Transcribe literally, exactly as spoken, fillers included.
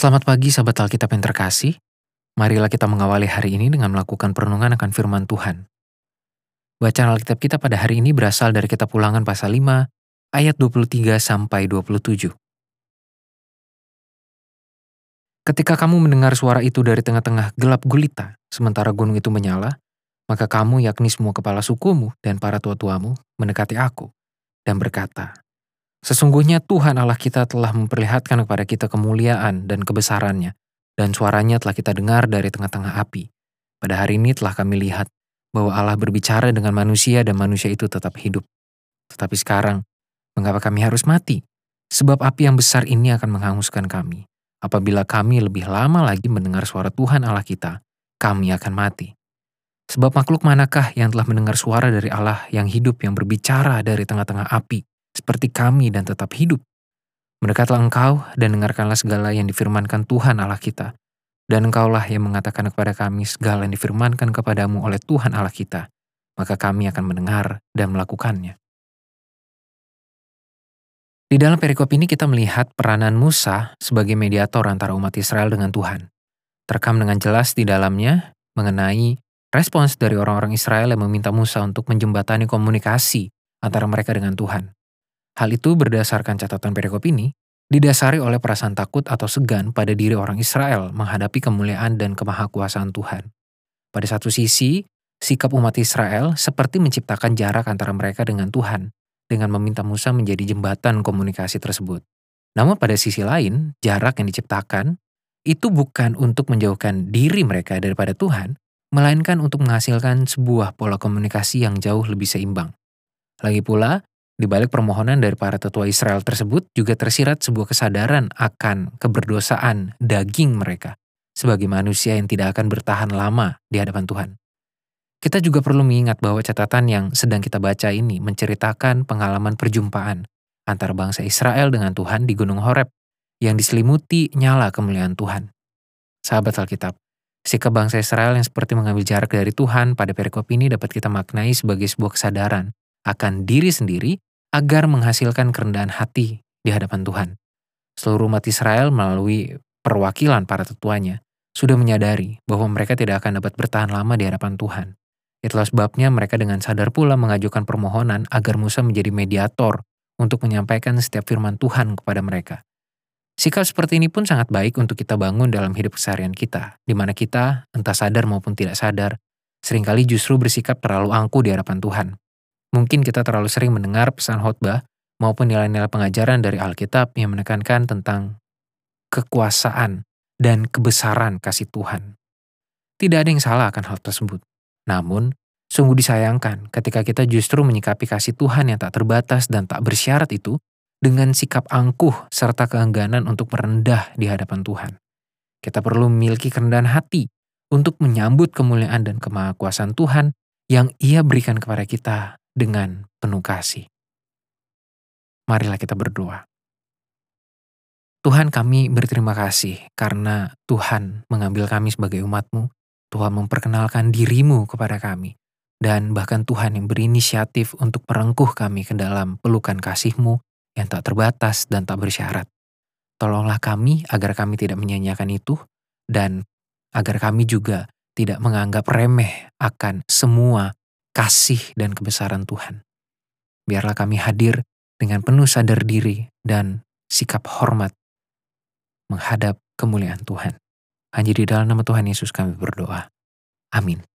Selamat pagi sahabat Alkitab yang terkasih. Marilah kita mengawali hari ini dengan melakukan perenungan akan firman Tuhan. Bacaan Alkitab kita pada hari ini berasal dari kitab Ulangan pasal lima, ayat dua puluh tiga sampai dua puluh tujuh. Ketika kamu mendengar suara itu dari tengah-tengah gelap gulita, sementara gunung itu menyala, maka kamu yakni semua kepala sukumu dan para tua-tuamu mendekati aku dan berkata, sesungguhnya Tuhan Allah kita telah memperlihatkan kepada kita kemuliaan dan kebesarannya, dan suaranya telah kita dengar dari tengah-tengah api. Pada hari ini telah kami lihat bahwa Allah berbicara dengan manusia dan manusia itu tetap hidup. Tetapi sekarang, mengapa kami harus mati? Sebab api yang besar ini akan menghanguskan kami. Apabila kami lebih lama lagi mendengar suara Tuhan Allah kita, kami akan mati. Sebab makhluk manakah yang telah mendengar suara dari Allah yang hidup yang berbicara dari tengah-tengah api, seperti kami dan tetap hidup? Mendekatlah engkau dan dengarkanlah segala yang difirmankan Tuhan Allah kita. Dan engkaulah yang mengatakan kepada kami segala yang difirmankan kepadamu oleh Tuhan Allah kita. Maka kami akan mendengar dan melakukannya. Di dalam perikop ini kita melihat peranan Musa sebagai mediator antara umat Israel dengan Tuhan. Terekam dengan jelas di dalamnya mengenai respons dari orang-orang Israel yang meminta Musa untuk menjembatani komunikasi antara mereka dengan Tuhan. Hal itu berdasarkan catatan perikop ini, didasari oleh perasaan takut atau segan pada diri orang Israel menghadapi kemuliaan dan kemahakuasaan Tuhan. Pada satu sisi, sikap umat Israel seperti menciptakan jarak antara mereka dengan Tuhan, dengan meminta Musa menjadi jembatan komunikasi tersebut. Namun pada sisi lain, jarak yang diciptakan itu bukan untuk menjauhkan diri mereka daripada Tuhan, melainkan untuk menghasilkan sebuah pola komunikasi yang jauh lebih seimbang. Lagi pula, di balik permohonan dari para tetua Israel tersebut juga tersirat sebuah kesadaran akan keberdosaan daging mereka sebagai manusia yang tidak akan bertahan lama di hadapan Tuhan. Kita juga perlu mengingat bahwa catatan yang sedang kita baca ini menceritakan pengalaman perjumpaan antara bangsa Israel dengan Tuhan di Gunung Horeb yang diselimuti nyala kemuliaan Tuhan. Sahabat Alkitab, sikap bangsa Israel yang seperti mengambil jarak dari Tuhan pada perikop ini dapat kita maknai sebagai sebuah kesadaran akan diri sendiri agar menghasilkan kerendahan hati di hadapan Tuhan. Seluruh umat Israel melalui perwakilan para tetuanya sudah menyadari bahwa mereka tidak akan dapat bertahan lama di hadapan Tuhan. Itulah sebabnya mereka dengan sadar pula mengajukan permohonan agar Musa menjadi mediator untuk menyampaikan setiap firman Tuhan kepada mereka. Sikap seperti ini pun sangat baik untuk kita bangun dalam hidup keseharian kita, di mana kita, entah sadar maupun tidak sadar, seringkali justru bersikap terlalu angkuh di hadapan Tuhan. Mungkin kita terlalu sering mendengar pesan khotbah maupun nilai-nilai pengajaran dari Alkitab yang menekankan tentang kekuasaan dan kebesaran kasih Tuhan. Tidak ada yang salah akan hal tersebut. Namun, sungguh disayangkan ketika kita justru menyikapi kasih Tuhan yang tak terbatas dan tak bersyarat itu dengan sikap angkuh serta keengganan untuk merendah di hadapan Tuhan. Kita perlu memiliki kerendahan hati untuk menyambut kemuliaan dan kemahakuasaan Tuhan yang Ia berikan kepada kita dengan penuh kasih. Marilah kita berdoa. Tuhan, kami berterima kasih karena Tuhan mengambil kami sebagai umat-Mu. Tuhan memperkenalkan diri-Mu kepada kami. Dan bahkan Tuhan yang berinisiatif untuk merengkuh kami ke dalam pelukan kasih-Mu yang tak terbatas dan tak bersyarat. Tolonglah kami agar kami tidak menyanyiakan itu dan agar kami juga tidak menganggap remeh akan semua kasih dan kebesaran Tuhan. Biarlah kami hadir dengan penuh sadar diri dan sikap hormat menghadap kemuliaan Tuhan. Hanya di dalam nama Tuhan Yesus kami berdoa. Amin.